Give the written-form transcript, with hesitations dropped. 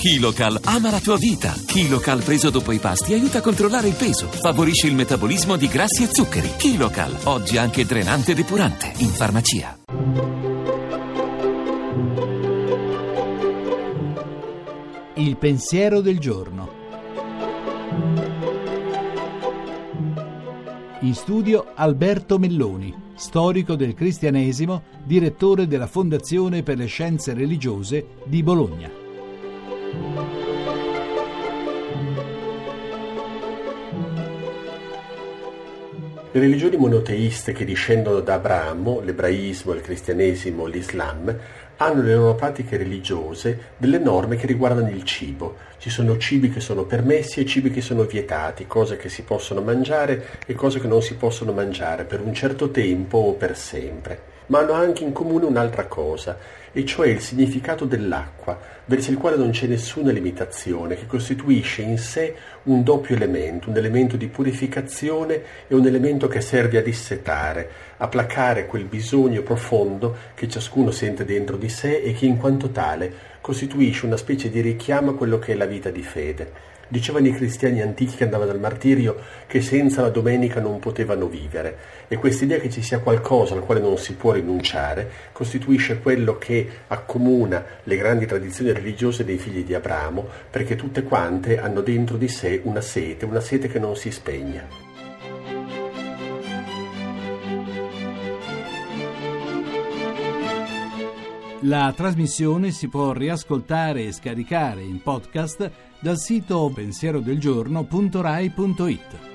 KiloCal ama la tua vita. KiloCal preso dopo i pasti aiuta a controllare il peso, favorisce il metabolismo di grassi e zuccheri. KiloCal, oggi anche drenante e depurante, in farmacia. Il pensiero del giorno. In studio Alberto Melloni, storico del cristianesimo, direttore della Fondazione per le Scienze Religiose di Bologna. Le religioni monoteiste che discendono da Abramo, l'ebraismo, il cristianesimo, l'Islam, hanno nelle loro pratiche religiose delle norme che riguardano il cibo. Ci sono cibi che sono permessi e cibi che sono vietati, cose che si possono mangiare e cose che non si possono mangiare per un certo tempo o per sempre. Ma hanno anche in comune un'altra cosa, e cioè il significato dell'acqua, verso il quale non c'è nessuna limitazione, che costituisce in sé un doppio elemento, un elemento di purificazione e un elemento che serve a dissetare, a placare quel bisogno profondo che ciascuno sente dentro di sé e che in quanto tale costituisce una specie di richiamo a quello che è la vita di fede. Dicevano i cristiani antichi che andavano al martirio che senza la domenica non potevano vivere, e questa idea che ci sia qualcosa al quale non si può rinunciare costituisce quello che accomuna le grandi tradizioni religiose dei figli di Abramo, perché tutte quante hanno dentro di sé una sete che non si spegne. La trasmissione si può riascoltare e scaricare in podcast dal sito pensierodelgiorno.rai.it.